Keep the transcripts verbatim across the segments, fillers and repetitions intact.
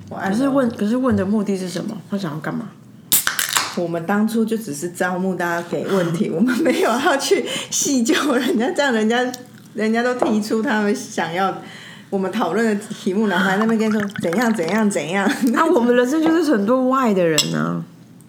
可是问，可是问的目的是什么？他想要干嘛？ 我们当初就只是招募大家给问题，我们没有要去细究人家，这样人家人家都提出他们想要我们讨论的题目，然后还在那边跟你说怎样怎样怎样。 那、啊、我们人生就是很多外的人啊。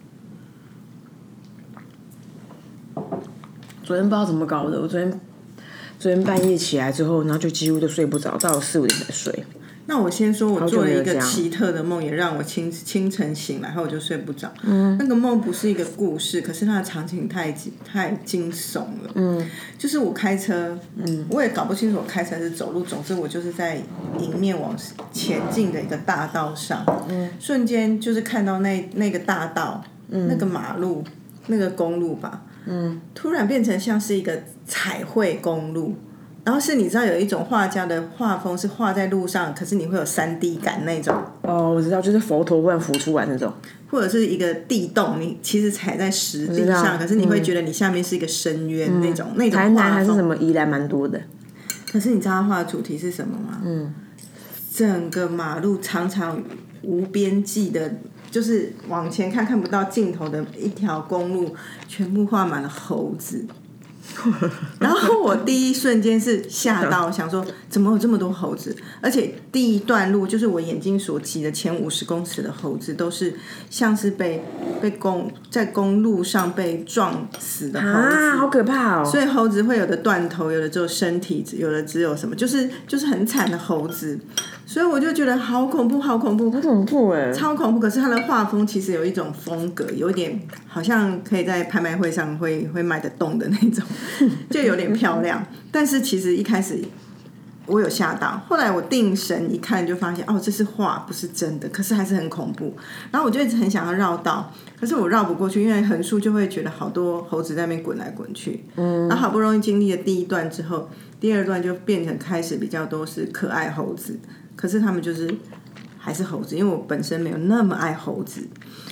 昨天不知道怎么搞的，我昨天昨天半夜起来之后，然后就几乎都睡不着，到了四五点才睡。 那我先说，我做了一个奇特的梦，也让我清清晨醒来后我就睡不着。嗯，那个梦不是一个故事，可是它的场景太太惊悚了。嗯，就是我开车，嗯，我也搞不清楚我开车还是走路，总之我就是在迎面往前进的一个大道上，嗯，瞬间就是看到那那个大道，嗯，那个马路，那个公路吧，嗯，突然变成像是一个彩绘公路。然后是你知道有一种画家的画风是画在路上，可是你会有 三 D 感那种。 哦，我知道，就是佛陀忽然浮出来那种， 或者是一个地洞，你其实踩在石地上，可是你会觉得你下面是一个深渊、嗯、那种那种画风。 台南还是什么宜兰蛮多的。 可是你知道他画的主题是什么吗？嗯，整个马路长长无边际的，就是往前看看不到尽头的一条公路，全部画满了猴子。然后我第一瞬间是吓到，想说怎么有这么多猴子？而且第一段路就是我眼睛所及的前五十公尺的猴子，都是像是被被公在公路上被撞死的猴子， 啊，好可怕哦！ 所以猴子会有的断头，有的只有身体，有的只有什么，就是就是很惨的猴子。所以我就觉得好恐怖，好恐怖， 好恐怖哎， 超恐怖！可是它的画风其实有一种风格，有点好像可以在拍卖会上会会卖得动的那种，就有点漂亮。但是其实一开始我有吓到，后来我定神一看，就发现哦，这是画，不是真的。可是还是很恐怖。然后我就一直很想要绕道，可是我绕不过去，因为横竖就会觉得好多猴子在那边滚来滚去。嗯，然后好不容易经历了第一段之后，第二段就变成开始比较多是可爱猴子。可是他们就是还是猴子，因为我本身没有那么爱猴子，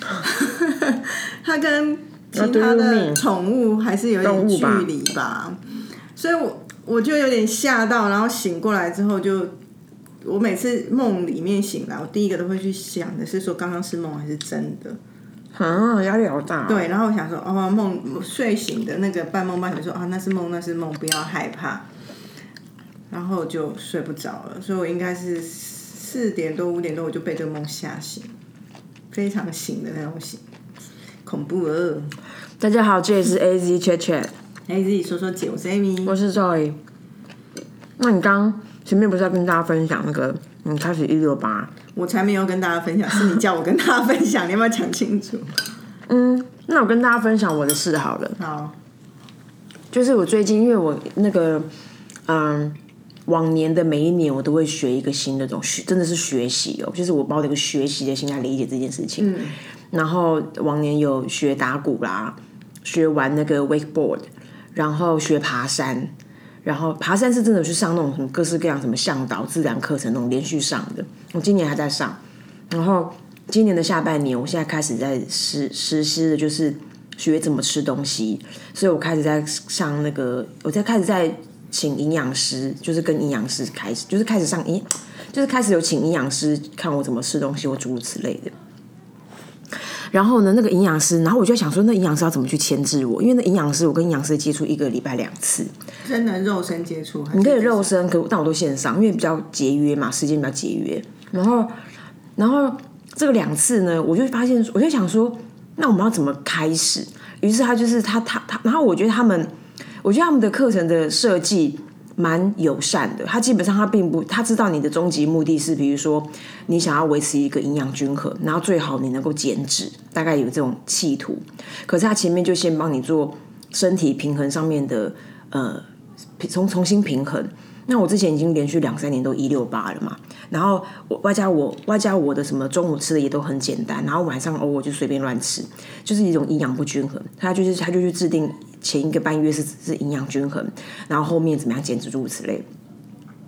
它跟其他的宠物还是有点距离吧，所以我我就有点吓到，然后醒过来之后就，我每次梦里面醒来，我第一个都会去想的是说刚刚是梦还是真的。 啊，压力好大、哦。 对，然后我想说，哦，梦睡醒的那个半梦半醒说啊，那是梦，那是梦，不要害怕。然后就睡不着了，所以我应该是四点多五点多我就被这个梦吓醒，非常醒的那种醒，恐怖哦。 大家好，这里是 A Z Chat Chat。A Z 说说姐，我是 Amy， 我是 Joy。那你刚刚前面不是要跟大家分享那个你开始一六八？ 我才没有跟大家分享，是你叫我跟大家分享，你要不要讲清楚？ 嗯，那我跟大家分享我的事好了。 好， 就是我最近因为我那个嗯。往年的每一年我都会学一个新的东西，真的是学习哦，就是我抱着一个学习的心来理解这件事情。嗯，然后往年有学打鼓啦，学玩那个 wakeboard， 然后学爬山，然后爬山是真的去上那种什么各式各样什么向导自然课程那种连续上的，我今年还在上。然后今年的下半年，我现在开始在实实施的就是学怎么吃东西，所以我开始在上那个，我在开始在。请营养师，就是跟营养师开始，就是开始上，就是开始有请营养师看我怎么吃东西，或诸如此类的。然后呢，那个营养师，然后我就想说，那营养师要怎么去牵制我？因为那营养师，我跟营养师接触一个礼拜两次， 真的肉身接触， 你可以肉身，可但我都线上，因为比较节约嘛，时间比较节约。然后，然后这个两次呢，我就发现，我就想说，那我们要怎么开始？于是他就是他他他，然后我觉得他们。我觉得他们的课程的设计蛮友善的，他基本上他并不，他知道你的终极目的是，比如说你想要维持一个营养均衡，然后最好你能够减脂，大概有这种企图。可是他前面就先帮你做身体平衡上面的呃重重新平衡。那我之前已经连续两三年都一六八了嘛，然后我外加我外加我的什么中午吃的也都很简单，然后晚上偶尔就随便乱吃，就是一种营养不均衡。他就是他就去制定前一个半月是是营养均衡，然后后面怎么样减脂诸如此类。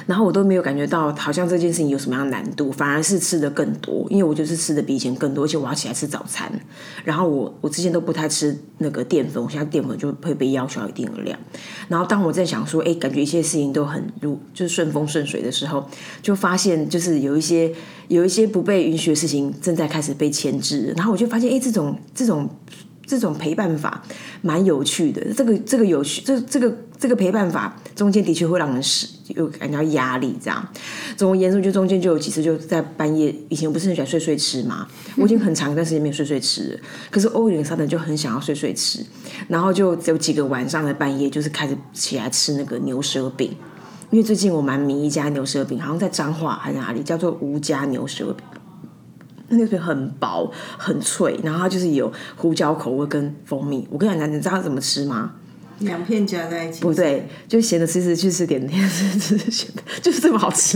然后我都没有感觉到好像这件事情有什么样的难度，反而是吃的更多，因为我就是吃的比以前更多，而且我要起来吃早餐。然后我我之前都不太吃那个淀粉，我现在淀粉就会被要求要一定的量。然后当我在想说，哎，感觉一切事情都很如就是顺风顺水的时候，就发现就是有一些有一些不被允许的事情正在开始被牵制。然后我就发现，哎，这种这种。这种陪伴法蛮有趣的，这个这个有趣，这这个这个陪伴法中间的确会让人有感觉到压力，这样。总而言之，就中间就有几次就在半夜，以前我不是很喜欢睡睡吃嘛，我已经很长一段时间没有睡睡吃了，可是欧零沙等就很想要睡睡吃，然后就有几个晚上的半夜，就是开始起来吃那个牛舌饼，因为最近我蛮迷一家牛舌饼，好像在彰化还是哪里，叫做吴家牛舌饼。那个饼很薄很脆，然后它就是有胡椒口味跟蜂蜜。我跟你讲，你知道它怎么吃吗？ 两片夹在一起？ 不对，就咸的吃吃去吃甜甜吃吃咸的，就是这么好吃。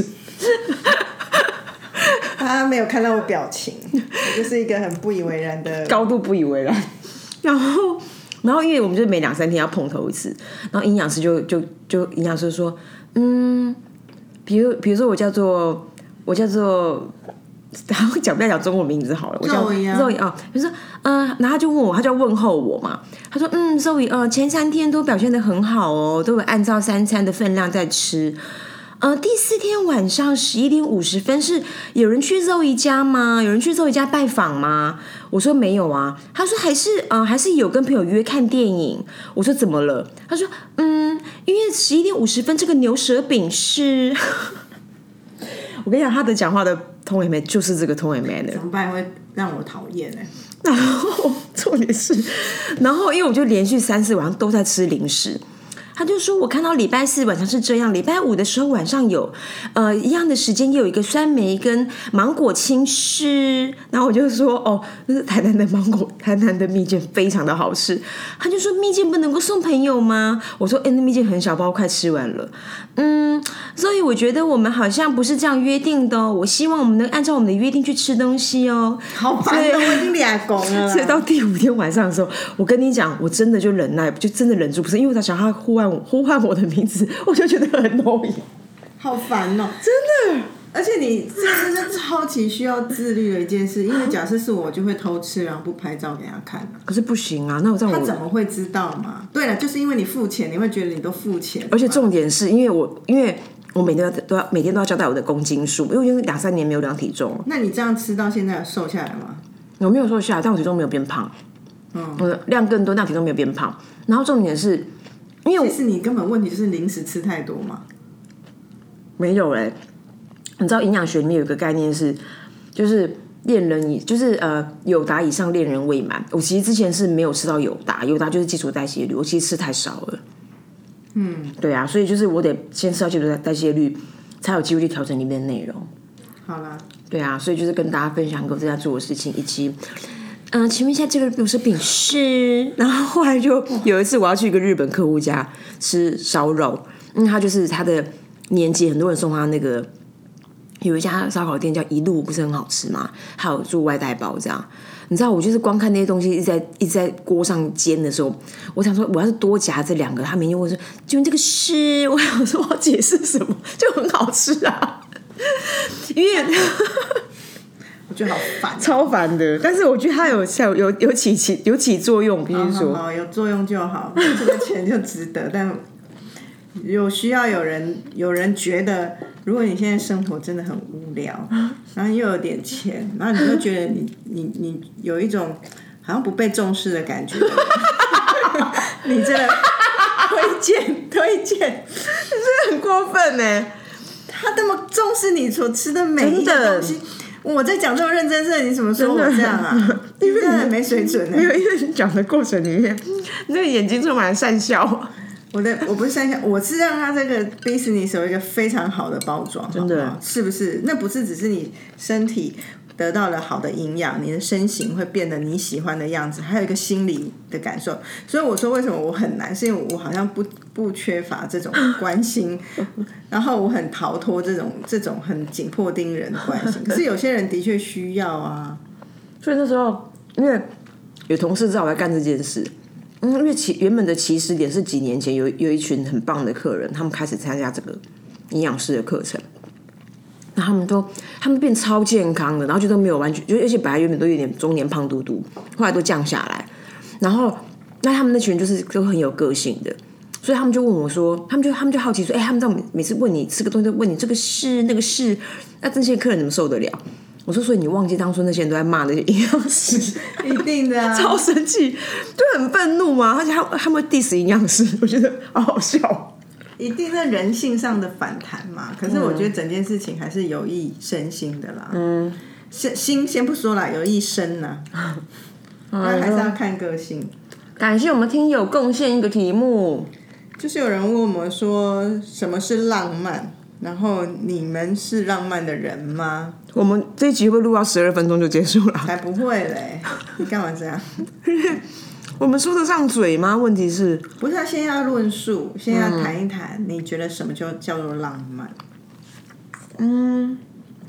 他没有看到我表情，我就是一个很不以为然的高度不以为然。然后，然后因为我们就每两三天要碰头一次，然后营养师就就就营养师说，嗯，比如比如说我叫做我叫做。然后讲不要讲中文名字好了，我叫 Zoe 啊，就说嗯、呃，然后他就问我，他就要问候我嘛，他说嗯 ，Zoe 呃，前三天都表现得很好哦，都有按照三餐的分量在吃。呃，第四天晚上十一点五十分是有人去 Zoe 家吗？有人去 Zoe 家拜访吗？我说没有啊。他说还是呃还是有跟朋友约看电影。我说怎么了？他说嗯，因为十一点五十分这个牛舌饼是。我跟你讲，他的讲话的 tone and manner 就是这个 tone and manner， 怎么办会让我讨厌呢？ 然后重点是，然后因为我就连续三四晚上都在吃零食。他就说我看到礼拜四晚上是这样，礼拜五的时候晚上有呃一样的时间又有一个酸梅跟芒果青吃，然后我就说哦，那是台南的芒果，台南的蜜饯非常的好吃。他就说蜜饯不能够送朋友吗？我说哎，那蜜饯很小包，快吃完了。嗯，所以我觉得我们好像不是这样约定的哦，我希望我们能按照我们的约定去吃东西哦。 好烦哦，我已经俩公了。 所以到第五天晚上的时候，我跟你讲，我真的就忍耐，就真的忍住，不是因为我在想他呼唤我呼唤我的名字，我就觉得很 annoying， 好烦哦， 真的。 而且你这真是超级需要自律的一件事，因为假设是我就会偷吃，然后不拍照给他看。 可是不行啊，那我这样他怎么会知道嘛？对了，就是因为你付钱，你会觉得你都付钱。 而且重点是因为我因为我每天都要每天都要交代我的公斤数，因为我已经两三年没有量体重了。 那你这样吃到现在有瘦下来吗？ 我没有瘦下来，但我体重没有变胖。嗯，我的量更多，但体重没有变胖。然后重点是，因为我其实你根本问题就是零食吃太多嘛。 没有哎、欸，你知道营养学里面有一个概念是，就是恋人以就是呃友达以上恋人未满。我其实之前是没有吃到友达，友达就是基础代谢率，我其实吃太少了。嗯，对啊，所以就是我得先吃到基础代谢率，才有机会去调整里面的内容。 好啦， 对啊，所以就是跟大家分享我在家做的事情，以及嗯、呃，请问一下这个牛舌饼是，然后后来就有一次我要去一个日本客户家吃烧肉，因为他就是他的年纪，很多人送他那个有一家烧烤店叫一路，不是很好吃吗？还有做外带包这样。你知道我就是光看那些东西一直在一直在锅上煎的时候，我想说我要是多夹这两个，他明天会说就这个是，我想说我要解释什么，就很好吃啊，因为我觉得好烦， 超烦的。但是我觉得它有有有有起起有起作用，必须说好好好有作用就好，这个钱就值得。但有需要有人有人觉得，如果你现在生活真的很无聊，然后又有点钱，然后你就觉得你你你有一种好像不被重视的感觉，你真的推荐推荐， 真的很过分呢。 他那么重视你所吃的每一个东西。我在讲这么认真事，你怎么说我这样啊？你真的很没水准呢、欸。 因为因为你讲的过程里面，那个眼睛充满了善笑。 我的我不是善笑，我是让他这个 business 有一个非常好的包装， 真的好好是不是？那不是只是你身体得到了好的营养，你的身形会变得你喜欢的样子，还有一个心理的感受。所以我说为什么我很难，是因为我好像不不缺乏这种关心，然后我很逃脱这种这种很紧迫盯人的关心。可是有些人的确需要啊。 所以那时候因为有同事知道我在干这件事。嗯，因为起原本的起始点是几年前有有一群很棒的客人，他们开始参加这个营养师的课程。那他们都他们变超健康的，然后就都没有完全，就而且本来原本都有点中年胖嘟嘟，后来都降下来。然后那他们那群人就是都很有个性的，所以他们就问我说，他们就他们就好奇说，哎、欸，他们这样每次问你吃个东西，都问你这个是那个是，那这些客人怎么受得了？我说，所以你忘记当初那些人都在骂那些营养师， 一定的啊， 超生气，就很愤怒嘛。而且他他们会 diss 营养师，我觉得好好笑。 一定在人性上的反弹嘛，可是我觉得整件事情还是有益身心的啦。嗯，心先不说啦，有益身呐、啊，那还是要看个性。 感谢我们听友贡献一个题目， 就是有人问我们说什么是浪漫，然后你们是浪漫的人吗？ 我们这一集会录到十二分钟就结束了？ 才不会嘞！你干嘛这样？ 我们说得上嘴吗？问题是不是他先要论述，先要谈一谈，你觉得什么就叫做浪漫？ 嗯，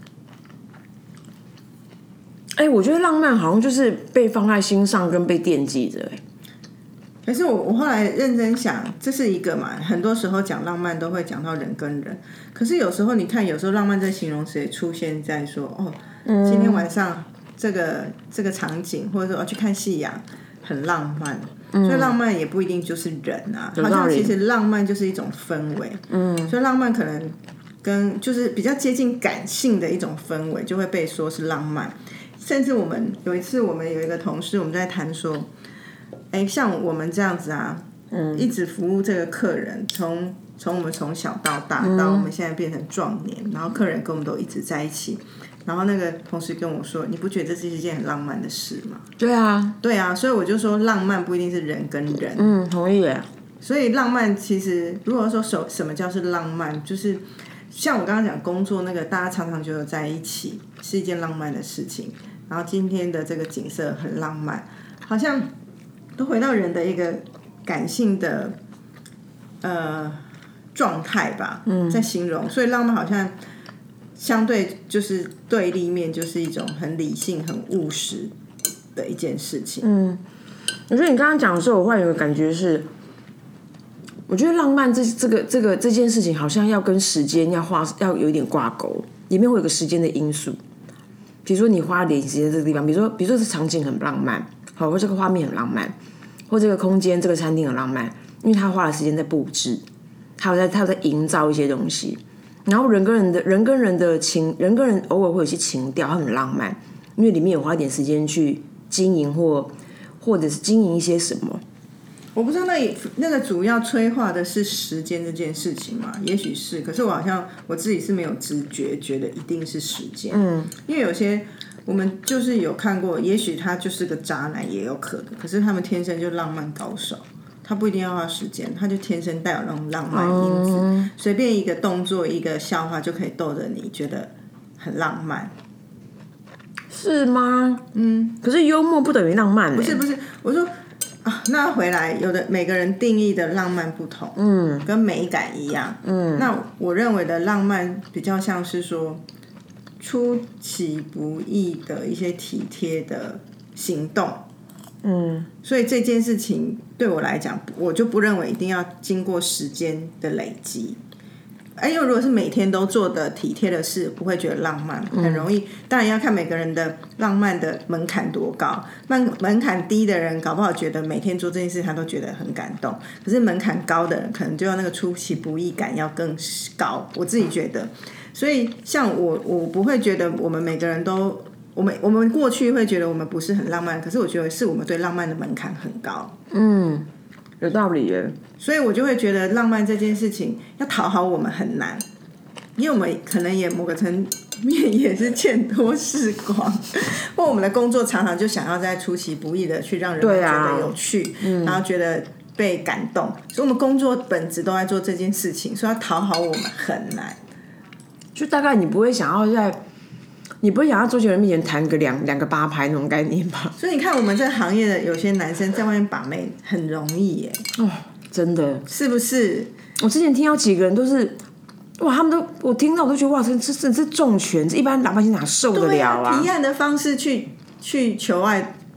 哎、欸，我觉得浪漫好像就是被放在心上跟被惦记着、欸。 可是我我后来认真想，这是一个嘛，很多时候讲浪漫都会讲到人跟人，可是有时候你看，有时候浪漫这形容词也出现在说，哦，今天晚上这个这个场景，或者说、哦、去看夕阳。很浪漫，所以浪漫也不一定就是人啊，好像其实浪漫就是一种氛围，嗯，所以浪漫可能跟就是比较接近感性的一种氛围，就会被说是浪漫。甚至我们有一次，我们有一个同事，我们在谈说，哎，像我们这样子啊，嗯，一直服务这个客人，从从我们从小到大，嗯、到我们现在变成壮年，然后客人跟我们都一直在一起。然后那个同事跟我说：“你不觉得这是一件很浪漫的事吗？” 对啊， 对啊，所以我就说，浪漫不一定是人跟人。 嗯，同意耶。 所以浪漫其实，如果说什什么叫是浪漫，就是像我刚刚讲工作那个，大家长长久久在一起是一件浪漫的事情。然后今天的这个景色很浪漫，好像都回到人的一个感性的呃状态吧，嗯，在形容。所以浪漫好像。相对就是对立面，就是一种很理性、很务实的一件事情。嗯， 我觉得你刚刚讲的时候，我忽然有个感觉是，我觉得浪漫这这个这个这件事情，好像要跟时间要画要有一点挂钩，里面会有个时间的因素。比如说你花点时间在这个地方，比如说比如说这场景很浪漫，好，或这个画面很浪漫，或这个空间这个餐厅很浪漫，因为他花了时间在布置，他有在他有在营造一些东西。然后人跟人的人跟人的情，人跟人偶尔会有些情调，它很浪漫，因为里面有花一点时间去经营或或者是经营一些什么。 我不知道那那个主要催化的是时间这件事情嘛？也许是，可是我好像我自己是没有直觉觉得一定是时间，嗯，因为有些我们就是有看过，也许他就是个渣男也有可能，可是他们天生就浪漫高手。他不一定要花时间，他就天生带有那种浪漫因子，随、嗯、便一个动作、一个笑话就可以逗得你觉得很浪漫， 是吗？嗯。可是幽默不等于浪漫、欸， 不是不是，我说啊，那回来有的每个人定义的浪漫不同，嗯，跟美感一样，嗯。那我认为的浪漫比较像是说出其不意的一些体贴的行动。嗯，所以这件事情对我来讲，我就不认为一定要经过时间的累积。哎，因为如果是每天都做的体贴的事，不会觉得浪漫，很容易。嗯、当然要看每个人的浪漫的门槛多高。门门槛低的人，搞不好觉得每天做这件事他都觉得很感动。可是门槛高的人，可能就要那个出其不意感要更高。我自己觉得，所以像我，我不会觉得我们每个人都。我们我们过去会觉得我们不是很浪漫，可是我觉得是我们对浪漫的门槛很高。嗯， 有道理耶。 所以我就会觉得浪漫这件事情要讨好我们很难，因为我们可能也某个层面也是见多识广，或我们的工作常常就想要在出其不意的去让人们觉得有趣，啊嗯、然后觉得被感动，所以我们工作本质都在做这件事情，所以要讨好我们很难。 就大概你不会想要在。你不会想要周杰伦面前弹个两两个八拍那种概念吧？ 所以你看，我们这行业的有些男生在外面把妹很容易耶。 哦，真的是不是？ 我之前听到几个人都是，哇，他们都我听到我都觉得哇，这这这是重拳，这一般老百姓哪受得了啊？ 提案的方式去去求爱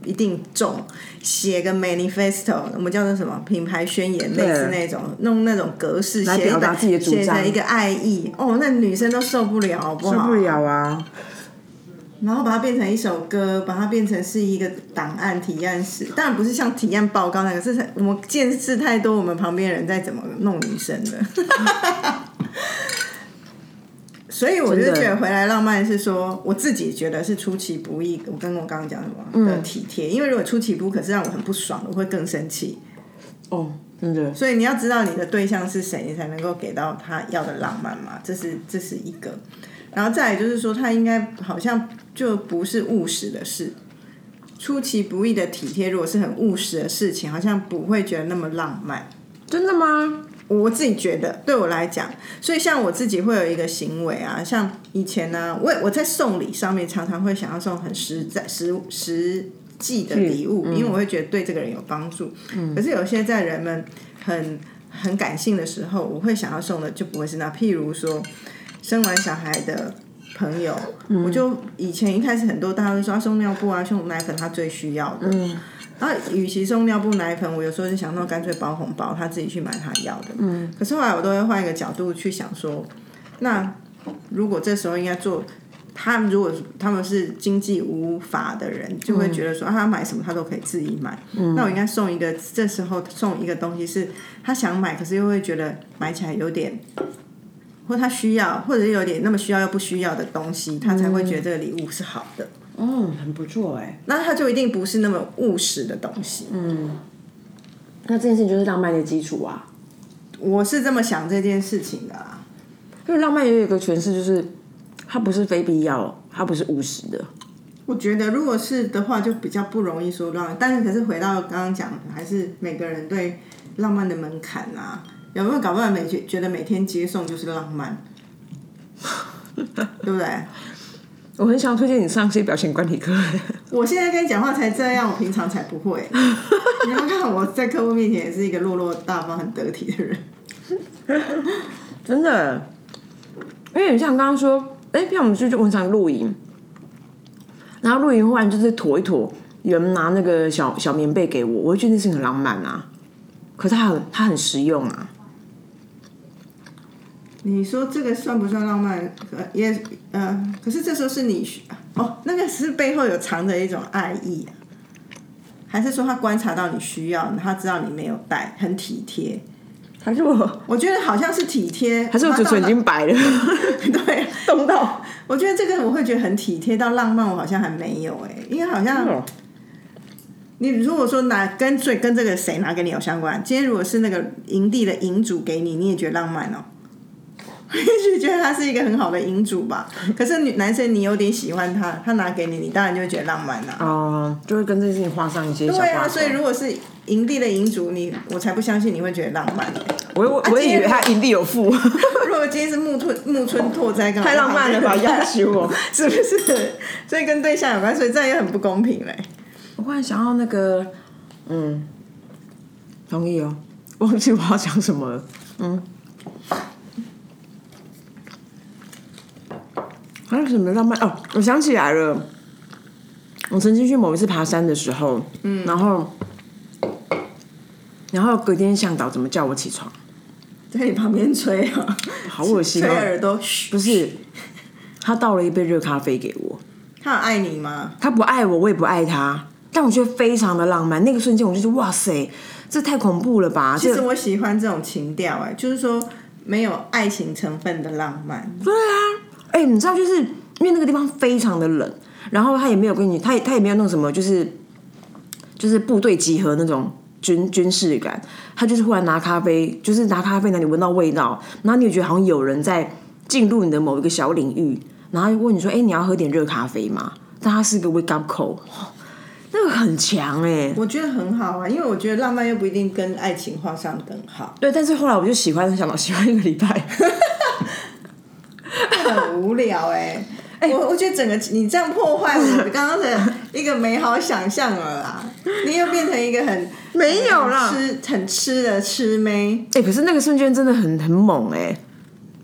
一定中，写个 manifesto， 我们叫做什么品牌宣言，类似那种弄那种格式， 来表达自己的主张， 写成一个爱意，哦，那女生都受不了，好不好？ 受不了啊！ 然后把它变成一首歌，把它变成是一个档案提案室，当然不是像提案报告那个，是我们见识太多，我们旁边人在怎么弄女生的。所以我就觉得回来浪漫是说，我自己觉得是出其不意。我跟我刚刚讲什么的体贴、嗯，因为如果出其不意，可是让我很不爽，我会更生气。 哦，真的。 所以你要知道你的对象是谁，你才能够给到他要的浪漫嘛，这是这是一个。然后再来就是说，他应该好像就不是务实的事，出其不意的体贴，如果是很务实的事情，好像不会觉得那么浪漫。 真的吗？ 我自己觉得，对我来讲，所以像我自己会有一个行为啊，像以前呢、啊，我我在送礼上面常常会想要送很实在、实实际的礼物、嗯，因为我会觉得对这个人有帮助。嗯、可是有些在人们很很感性的时候，我会想要送的就不会是那，譬如说生完小孩的朋友，嗯、我就以前一开始很多大家都说、啊、送尿布啊、送奶粉，他最需要的。嗯然后，与其送尿布奶粉，我有时候就想说，干脆包红包，他自己去买他要的。嗯。可是后来我都会换一个角度去想说，那如果这时候应该做，他如果他们是经济无法的人，就会觉得说，嗯、啊，他买什么他都可以自己买。嗯。那我应该送一个，这时候送一个东西是他想买，可是又会觉得买起来有点，或他需要，或者是有点那么需要又不需要的东西，他才会觉得这个礼物是好的。 嗯，很不错哎。 那它就一定不是那么务实的东西。嗯， 那这件事情就是浪漫的基础啊。 我是这么想这件事情的啊。 因为浪漫也有一个诠释，就是它不是非必要，它不是务实的。 我觉得如果是的话，就比较不容易说浪漫。但是可是回到刚刚讲，还是每个人对浪漫的门槛啊，有没有搞不好每觉得每天接送就是浪漫，对不对？ 我很想推荐你上些表情管理课。 我现在跟你讲话才这样，我平常才不会。你要看我在客户面前也是一个落落大方、很得体的人。 真的，因为你像刚刚说，哎，像我们去就很常露营，然后露营忽然就是妥一妥，有人拿那个小小棉被给我，我会觉得那事情很浪漫啊。可是它很它很实用啊。 你说这个算不算浪漫？也呃，可是这时候是你哦，那个是背后有藏着一种爱意、啊，还是说他观察到你需要，他知道你没有带，很体贴？ 还是我？ 我觉得好像是体贴， 还是我嘴唇已经白了？ 对， 冻到。 我觉得这个我会觉得很体贴，到浪漫我好像还没有哎、欸，因为好像。嗯你如果说拿跟最跟这个谁拿给你有相关，今天如果是那个营地的营主给你，你也觉得浪漫哦。也许觉得他是一个很好的营主吧，可是女男生你有点喜欢他，他拿给你，你当然就会觉得浪漫啦、啊。 哦，就会跟这件事情画上一些小对啊，所以如果是营地的营主，你我才不相信你会觉得浪漫、欸。 我我我也以为他营地有付。 如果今天是木村木村拓哉，太浪漫了吧？要求我是不是？所以跟对象有关，所以这样也很不公平嘞、欸。 我忽然想到那个，嗯，同意哦，忘记我要讲什么了，嗯。还有什么浪漫哦？我想起来了，我曾经去某一次爬山的时候，嗯，然后，然后隔天向导怎么叫我起床， 在你旁边吹啊， 好恶心、哦， 吹耳朵， 不是，他倒了一杯热咖啡给我。 他有爱你吗？ 他不爱我，我也不爱他，但我觉得非常的浪漫。那个瞬间，我就觉得哇塞，这太恐怖了吧！ 其实我喜欢这种情调，哎，就是说没有爱情成分的浪漫。 对啊。哎、欸，你知道，就是因为那个地方非常的冷，然后他也没有跟你，他也他也没有弄什么，就是就是部队集合那种军军事感，他就是忽然拿咖啡，就是拿咖啡，让你闻到味道，然后你也觉得好像有人在进入你的某一个小领域，然后问你说，哎、欸，你要喝点热咖啡吗？但他是个 wake up call， 那个很强哎、欸， 我觉得很好啊，因为我觉得浪漫又不一定跟爱情画上等号。 对，但是后来我就喜欢想到喜欢一个礼拜。 很无聊哎、欸欸，我我觉得整个你这样破坏我刚刚的一个美好想象了啦，你又变成一个很没有啦， 吃很吃的吃妹。 哎、欸，可是那个瞬间真的很很猛哎、欸，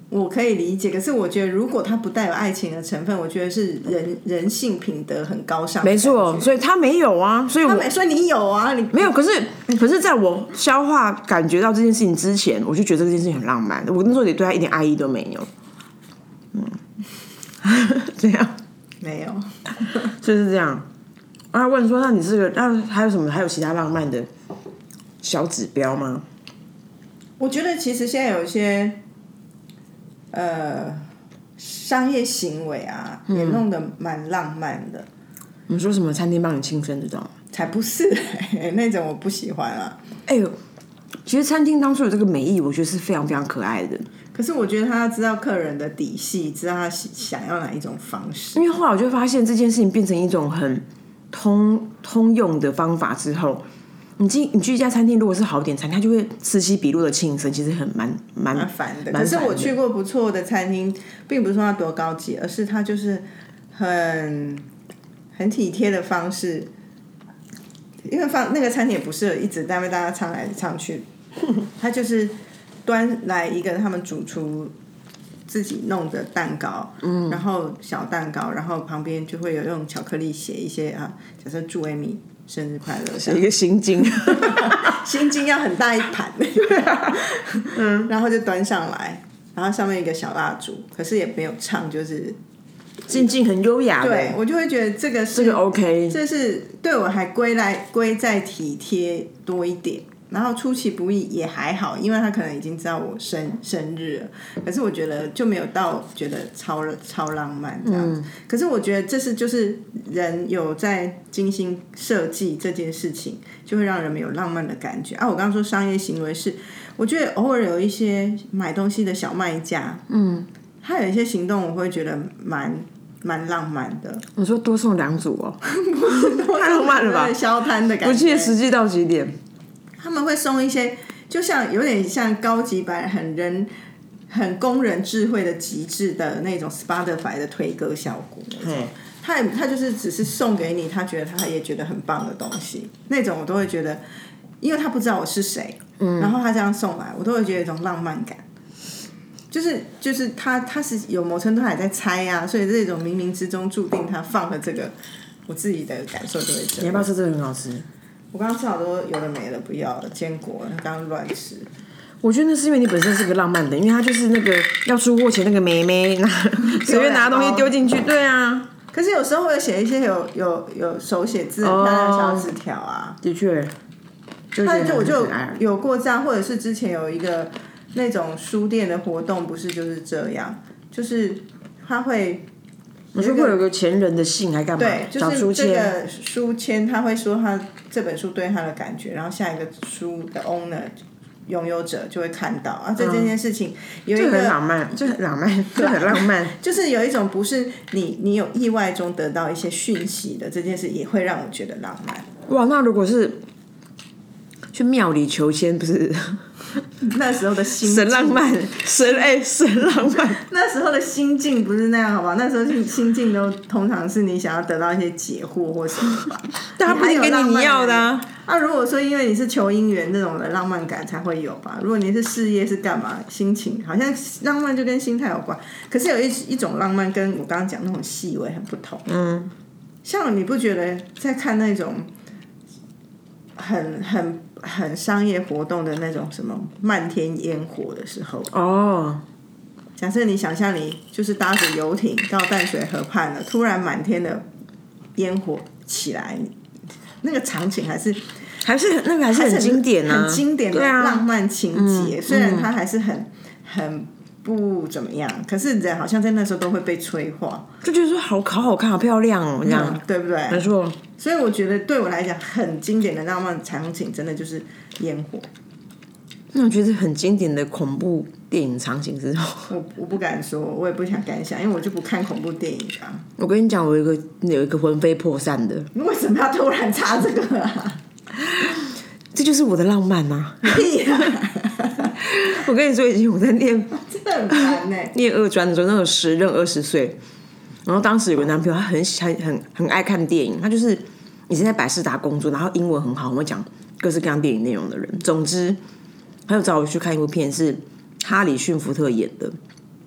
我可以理解，可是我觉得如果它不带有爱情的成分，我觉得是人人性品德很高尚的。 没错，所以他没有啊，所以我所以你有啊，你没有。可是可是在我消化感觉到这件事情之前，我就觉得这件事情很浪漫，我那时候也对他一点爱意都没有。嗯，这样没有， 就是这样。他问说：“那你这个，那还有什么？还有其他浪漫的小指标吗？” 我觉得其实现在有一些呃商业行为啊，也弄得蛮浪漫的。 你说什么餐厅帮你庆生这种？ 才不是、欸、那种我不喜欢啊。 哎呦，其实餐厅当初有这个美意，我觉得是非常非常可爱的。 可是我觉得他要知道客人的底细，知道他想要哪一种方式。 因为后来我就发现这件事情变成一种很通通用的方法之后。你去你去一家餐厅，如果是好点餐，他就会此起彼落的庆生，其实很蛮蛮烦的。可是我去过不错的餐厅，并不是说它多高级，而是它就是很很体贴的方式。因为放那个餐厅也不适合一直在为大家唱来唱去，他就是端来一个他们主厨自己弄的蛋糕，嗯，然后小蛋糕，然后旁边就会有用巧克力写一些啊，假设祝Amy生日快乐， 写一个心经， 心经要很大一盘，嗯，然后就端上来，然后上面一个小蜡烛，可是也没有唱，就是静静很优雅的。 对，我就会觉得这个是这个 OK， 这是对我还归来归在体贴多一点。然后出其不意也还好，因为他可能已经知道我生生日了，可是我觉得就没有到觉得超超浪漫这样、嗯、可是我觉得这是就是人有在精心设计这件事情，就会让人们有浪漫的感觉啊。我刚刚说商业行为是，我觉得偶尔有一些买东西的小卖家，嗯，他有一些行动我会觉得蛮蛮浪漫的。 你说多送两组哦，太浪漫了吧？ 消摊的感觉， 不切实际到极点。 他们会送一些就像有点像高级版很人很工人智慧的极致的那种 Spotify 的推歌效果那种，他他就是只是送给你他觉得他也觉得很棒的东西，那种我都会觉得，因为他不知道我是谁、嗯、然后他这样送来我都会觉得有一种浪漫感，就是就是他他是有某程度还在猜啊，所以这种冥冥之中注定他放了这个，我自己的感受就会这样。 你要不要吃这个很好吃？ 我刚刚吃好多有的没的不要了，坚果刚刚乱吃。 我觉得那是因为你本身是个浪漫的，因为他就是那个要出货前那个妹妹拿随便拿东西丢进去，对啊。 可是有时候会写一些有有有手写字很漂亮的小纸条啊， 的确。 他就我就有过这样，或者是之前有一个那种书店的活动，不是就是这样，就是他会。 我说会有个前人的信还干嘛？ 对，就是这个书签，他会说他这本书对他的感觉，然后下一个书的 owner 拥有者就会看到啊，这件事情有一个、 嗯、这很浪漫，这很浪漫，这很浪漫， 就是有一种不是你你有意外中得到一些讯息的这件事，也会让我觉得浪漫。 哇，那如果是去庙里求签，不是？ 那时候的心境神浪漫，神哎、欸，神浪漫。 那时候的心境不是那样，好不好？那时候心境都通常是你想要得到一些解惑或什么吧。 但他不一定给你你要的啊。 啊，如果说因为你是求姻缘这种的浪漫感才会有吧。如果你是事业是干嘛，心情好像浪漫就跟心态有关。可是有一一种浪漫跟我刚刚讲那种细微很不同。嗯，像你不觉得在看那种很很。很商业活动的那种什么漫天烟火的时候哦，假设你想象你就是搭着游艇到淡水河畔了，突然满天的烟火起来，那个场景还是还是那个还是很经典啊， 很经典的浪漫情节、 啊嗯、 虽然它还是很很不怎么样，可是人好像在那时候都会被催化， 就觉得说好好好看好漂亮哦，这样、 嗯、对不对？ 没错。 所以我觉得对我来讲很经典的浪漫场景真的就是烟火。 那我觉得很经典的恐怖电影场景是什么？ 我我不敢说，我也不想敢想，因为我就不看恐怖电影啊。 我跟你讲，我有一个有一个魂飞魄散的。 你为什么要突然插这个啊？ 这就是我的浪漫啊！ 屁啊！ 我跟你说，以前我在念， 真的很烦欸。 念二专的时候，那种十任二十岁。然后当时有个男朋友，他很很很很爱看电影，他就是以前在百视达工作，然后英文很好，很会讲各式各样电影内容的人。总之，他就找我去看一部片，是哈里逊福特演的，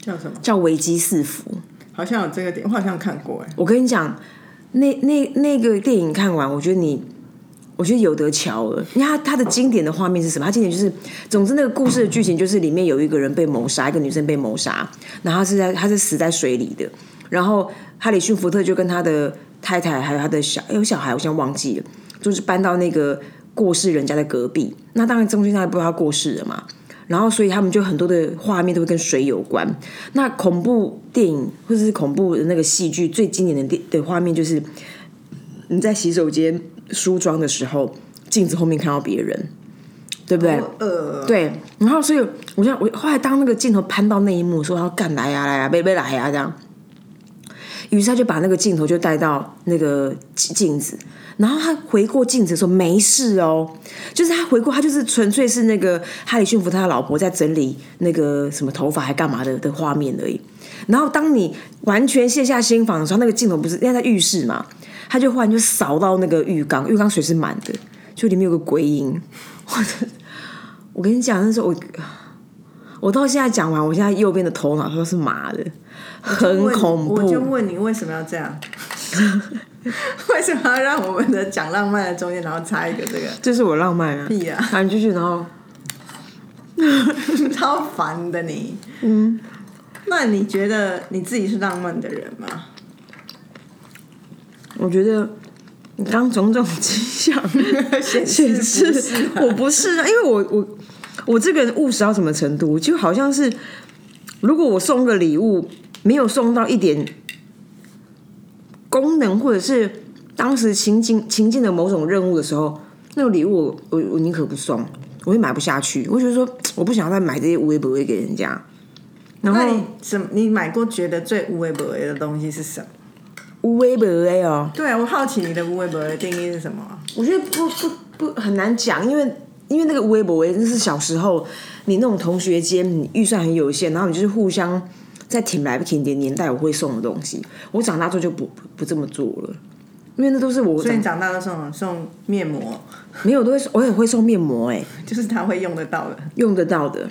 叫什么？ 叫《危机四伏》。 好像有这个电影，我好像看过哎。 我跟你讲，那那那个电影看完，我觉得你，我觉得有得瞧了。你看它它的经典的画面是什么？它经典就是，总之那个故事的剧情就是里面有一个人被谋杀，一个女生被谋杀，然后他是在他是死在水里的，然后哈里逊福特就跟他的太太还有他的小有小孩，我现在忘记了，就是搬到那个过世人家的隔壁。那当然中间他也不知道他过世了嘛。然后，所以他们就很多的画面都会跟水有关。那恐怖电影或者是恐怖的那个戏剧，最经典的电的画面就是你在洗手间梳妆的时候，镜子后面看到别人，对不对？ 呃， 对。然后，所以我想，我后来当那个镜头攀到那一幕，说他要干来呀、啊、来呀、啊，别别来呀、啊、这样。于是他就把那个镜头就带到那个镜子。然后他回过镜子的时候没事哦，就是他回过，他就是纯粹是那个哈里逊福特他老婆在整理那个什么头发还干嘛的的画面而已。然后当你完全卸下心防的时候，那个镜头不是因为在浴室嘛，他就忽然就扫到那个浴缸，浴缸水是满的，就里面有个鬼影。我跟你讲，那时候我我到现在讲完，我现在右边的头脑都是麻的，很恐怖。 我就问你为什么要这样？为什么要让我们的讲浪漫的中间，然后插一个这个？ 这是我浪漫啊！ 屁啊！ 反正继续，然后超烦的你。嗯，那你觉得你自己是浪漫的人吗？ 我觉得你刚种种迹象显示不是、啊、 我不是啊，因为我我我这个人务实到什么程度，就好像是如果我送个礼物没有送到一点功能，或者是当时情境情境的某种任务的时候，那个礼物我我我宁可不送，我会买不下去。我觉得说我不想要再买这些无微不微给人家。然后那你什么？你买过觉得最无微不微的东西是什么？ 无微不微哦， 对啊，我好奇你的无微不微的定义是什么？ 我觉得不不不很难讲，因为因为那个无微不微，那是小时候你那种同学间，你预算很有限，然后你就是互相。在挺来不挺的年代，我会送的东西，我长大之后就不 不, 不这么做了，因为那都是我。 所以你长大都送送面膜？ 没有，都会我也会送面膜、欸，哎， 就是他会用得到的， 用得到的。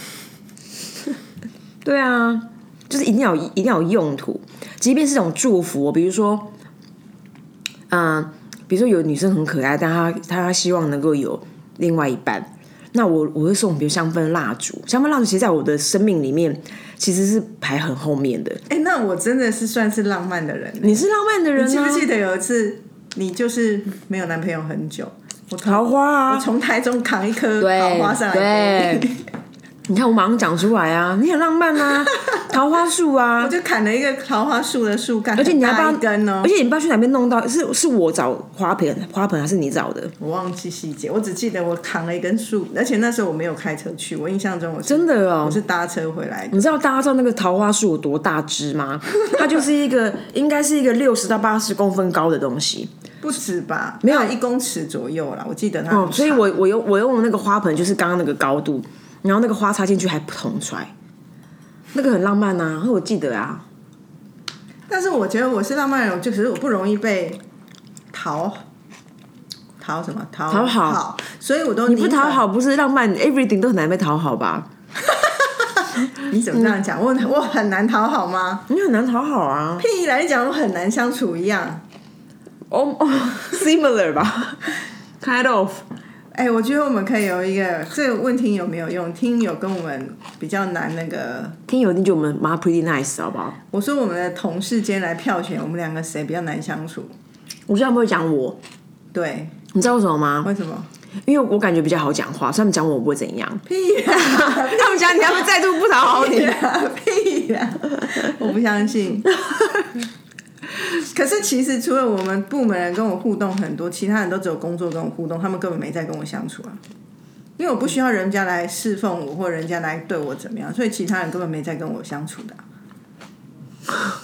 对啊，就是一定要一定要有用途，即便是这种祝福，比如说，嗯、呃，比如说有女生很可爱，但她她希望能够有另外一半。那我我会送，比如香氛蜡烛，香氛蜡烛其实在我的生命里面其实是排很后面的。 哎、欸，那我真的是算是浪漫的人。 你是浪漫的人、啊， 你记不记得有一次你就是没有男朋友很久，我桃花啊， 我从台中扛一颗桃花上来给你。 你看我马上讲出来啊，你很浪漫啊，桃花树啊， 我就砍了一个桃花树的树干， 而且你还帮一根哦， 而且你不知道去哪边弄到，是是我找花盆，花盆还是你找的？ 我忘记细节，我只记得我扛了一根树，而且那时候我没有开车去，我印象中我是真的哦， 我是搭车回来的。 你知道大家知道那个桃花树有多大枝吗？它就是一个应该是一个六十到八十公分高的东西。 不止吧， 没有一公尺左右啦，我记得它。 哦，所以我我用我用的那个花盆就是刚刚那个高度，然后那个花插进去还不同出来，那个很浪漫啊，我记得啊。 但是我觉得我是浪漫人，就可是我不容易被讨讨什么讨讨好， 所以我都你不讨好不是浪漫 ，everything 都很难被讨好吧？ 你怎么这样讲？我我很难讨好吗？ 你很难讨好啊！ 屁来讲，我很难相处一样。 哦哦 ，similar 吧 ，kind of。 哎、欸，我觉得我们可以有一个这个问听友没有用，听友跟我们比较难那个。 听友一定觉得我们妈 pretty nice 好不好？ 我说我们的同事间来票选，我们两个谁比较难相处？ 我现在不会讲我， 对， 你知道为什么吗？ 为什么？ 因为我感觉比较好讲话，所以他们讲我我不会怎样。 屁啦！ 他们讲你，他们再度不讨好你。 屁啦！我不相信。可是其实除了我们部门人跟我互动很多，其他人都只有工作跟我互动，他们根本没在跟我相处啊。因为我不需要人家来侍奉我，或人家来对我怎么样，所以其他人根本没在跟我相处的、啊。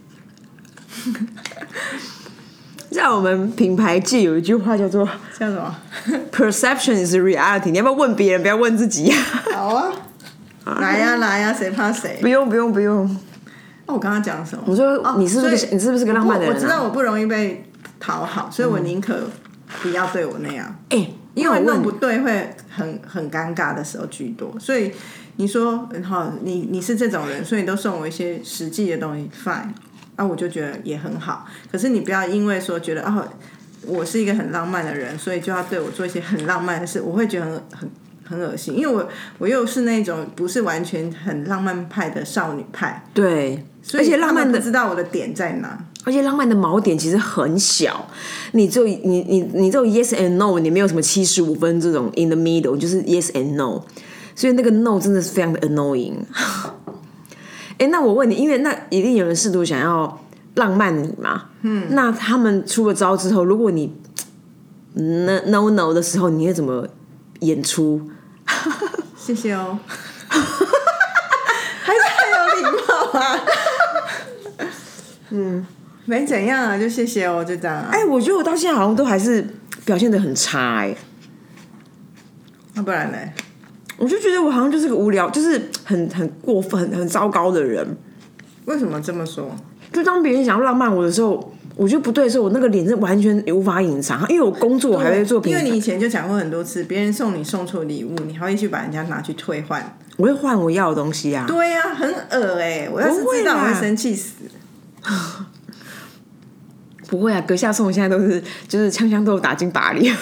在我们品牌界有一句话叫做叫什么 ？Perception is reality。你要不要问别人，不要问自己？ 好啊，来呀、啊、来呀、啊，谁怕谁？ 不用不用不用。 哦，我刚刚讲什么？ 我说你是不是、哦、你是不是个浪漫的人、啊我？我知道我不容易被讨好，所以我宁可不要对我那样。 哎、嗯欸， 因为弄不对会很很尴尬的时候居多，所以你说好，你你是这种人，所以你都送我一些实际的东西 ，fine， 啊，我就觉得也很好。可是你不要因为说觉得哦，我是一个很浪漫的人，所以就要对我做一些很浪漫的事，我会觉得很很很恶心，因为我我又是那种不是完全很浪漫派的少女派， 对， 所以浪漫的不知道我的点在哪。 而且浪漫的锚点其实很小，你只有你你你只有 yes and no， 你没有什么七十五分这种 in the middle， 就是 yes and no， 所以那个 no 真的是非常的 annoying。哎，那我问你，因为那一定有人试图想要浪漫你嘛，嗯，那他们出了招之后，如果你 no no no 的时候，你会怎么演出？ 谢谢哦，还是很有礼貌啊。嗯。没怎样啊，就谢谢哦，就这样、啊。 哎，我觉得我到现在好像都还是表现得很差哎。 那不然呢？ 我就觉得我好像就是个无聊，就是很很过分、很很糟糕的人。 为什么这么说？ 就当别人想要浪漫我的时候，我觉得不对的时候，我那个脸是完全无法隐藏，因为我工作我还会做评判。 因为你以前就讲过很多次，别人送你送错礼物，你还会去把人家拿去退换。 我会换我要的东西啊。 对啊，很恶哎、欸！我要是知道，我会生气死。 不会啊，阁下送我现在都是就是枪枪都有打进靶里。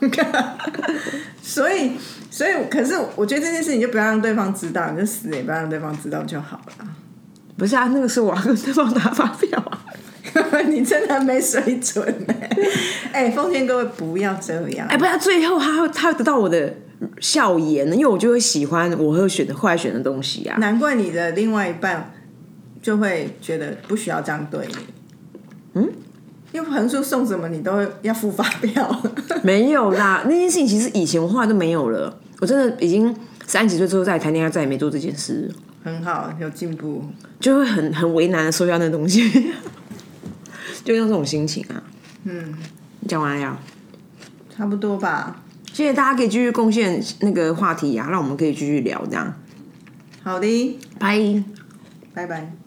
所以，所以，可是我觉得这件事情就不要让对方知道，你就死也不要让对方知道就好了。 不是啊，那个是我要跟对方打发票啊。 你真的没水准哎、欸！哎、欸，奉劝各位不要这样。 哎、欸，不然最后他会他会得到我的笑颜，因为我就会喜欢我会选的后来选的东西啊。 难怪你的另外一半就会觉得不需要这样对你。嗯。因为横竖送什么你都要付发票。 没有啦，那件事情其实以前我后来都没有了。我真的已经三十几岁之后再谈恋爱，再也没做这件事。 很好，有进步。 就会很很为难的收下那东西，就用这种心情啊。嗯，讲完了呀？ 差不多吧。 谢谢大家可以继续贡献那个话题啊，让我们可以继续聊这样。 好的， 拜拜拜。